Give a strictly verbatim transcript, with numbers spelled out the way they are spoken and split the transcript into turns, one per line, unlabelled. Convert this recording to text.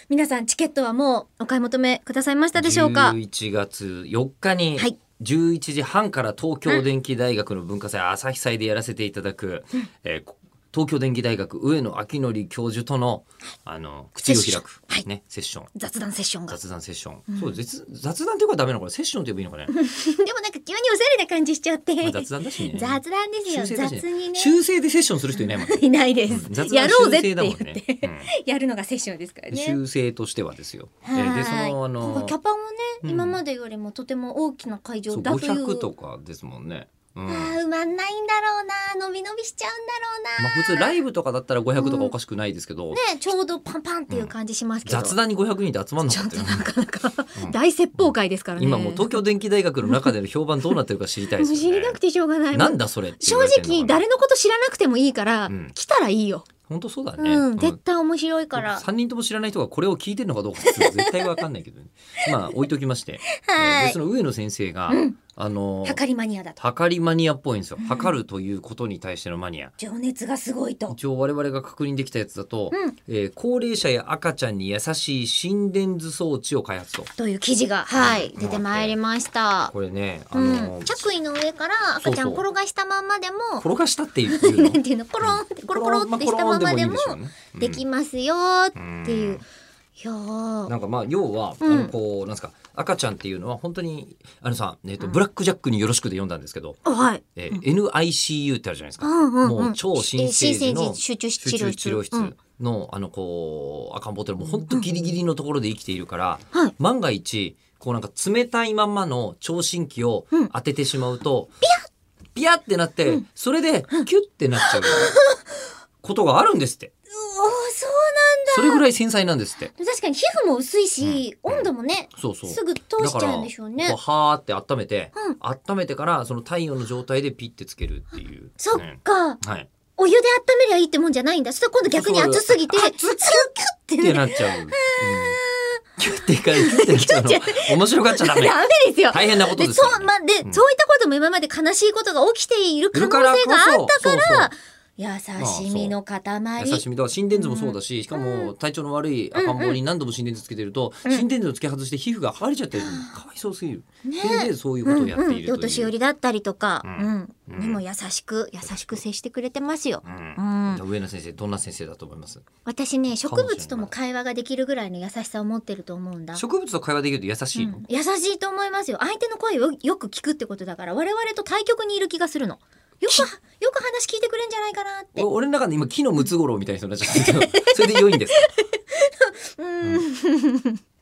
皆さんチケットはもうお買い求めくださいましたでしょうか。
じゅういちがつよっかに、
はい、
じゅういちじはんから東京電機大学の文化祭、うん、朝日祭でやらせていただく、うん、えー、東京電機大学上野明則教授との、あの口を開く、
はい、
ね、セッション、
雑談セッションが
雑談セッション、うん、そう雑雑談っていうかダメなのかな、セッションって言えばいいのかね
でもなんか急におしゃれな感じしちゃって、まあ、
雑談だしね、
雑談ですよ、雑にね、
修正でセッションする人いないもんね
いないです、うん、やろうぜって言って、
ね、うん、
やるのがセッションですからね。
修正としてはですよ。えー、でそのあの
キャパもね、うん、今までよりもとても大きな会場だという。
ごひゃくとかですもんね。
うん、あ埋まんないんだろうな、伸び伸びしちゃうんだろうな、
まあ、普通ライブとかだったらごひゃくとかおかしくないですけど、
うん、ね、ちょうどパンパンっていう感じしますけど、
うん、雑談にごひゃくにんで集まんのかっていう、
なかなか大説法会ですからね、
うん、今もう東京電機大学の中での評判どうなってるか知りたいですよね。
知りたくてしょうがない。
なんだそれって
正直誰のこと知らなくてもいいから、うん、来たらいいよ。
本当そうだね、
うん、絶対面白いから、
うん、さんにんとも知らない人がこれを聞いてるのかどうか絶対わかんないけど、ね、まあ置いときまして、はい、えー、でその上野先生が、うん、あの
測りマニアだと、
測りマニアっぽいんですよ、うん、測るということに対してのマニア、
情熱がすごいと。
一応我々が確認できたやつだと、
うん、
えー、高齢者や赤ちゃんに優しい心電図装置を開発と
という記事が、はい、うん、出てまいりました。
これね、あのー
うん、着衣の上から赤ちゃん転がしたまんまでも、そうそう
転がしたっていうの
なんていうの、コロンってコロコロってしたままでもできますよっていう、うん、いや
なんかまあ要は、うん、あのこうなんですか、赤ちゃんっていうのは本当にあのさ、えーとうん、ブラックジャックによろしくで読んだんですけど、
はい、
えーうん、エヌアイシーユー ってあるじゃないですか、
うんうんうん、
もう超新生児の
集中治
療室の、うん、あのこう赤ん坊ってもう本当ギリギリのところで生きているから、
うん、
万が一こうなんか冷たいまんまの聴診器を当ててしまうと、
うん、ピヤッ
ピヤッってなって、うん、それでキュッてなっちゃうことがあるんですって。
おー、そうなんだ。
それぐらい繊細なんですって。
確かに皮膚も薄いし、うん、温度もね、そうそうすぐ通しちゃうんでしょうね。
だからこうはーって温めて、うん、温めてからその体温の状態でピッてつけるっていう、ね、
そっか、
はい、
お湯で温めりゃいいってもんじゃないんだ。そしたら今度逆に熱すぎて
キュッキュッってなっちゃう、うん、キュッていかれるってなっちゃうの面白がっちゃダメダメですよ。大変なことですよ、ね、
でそう、まあ、で、うん、そういったことも今まで悲しいことが起きている可能性があったから、優しみの塊、
優しみだから心電図もそうだし、うん、しかも体調の悪い赤ん坊に何度も心電図つけてると、うんうん、心電図を付け外して皮膚が剥がれちゃってる、うん、かわいそうすぎる、ね、それでそういうことをやっているという、うんうん、
お年寄りだったりとか、うんうん、にも優しく優しく接してくれてますよ、うん
うん、上野先生どんな先生だと思います？
私ね、植物とも会話ができるぐらいの優しさを持ってると思うんだ。
植物と会話できると優しいの、うん、
優しいと思いますよ。相手の声をよく聞くってことだから、我々と対極にいる気がするの。よくよく話聞いてくれんじゃないかなって。
俺の中で今木のムツゴロウみたいな人になっちゃったけどそれで良いんですか？
うん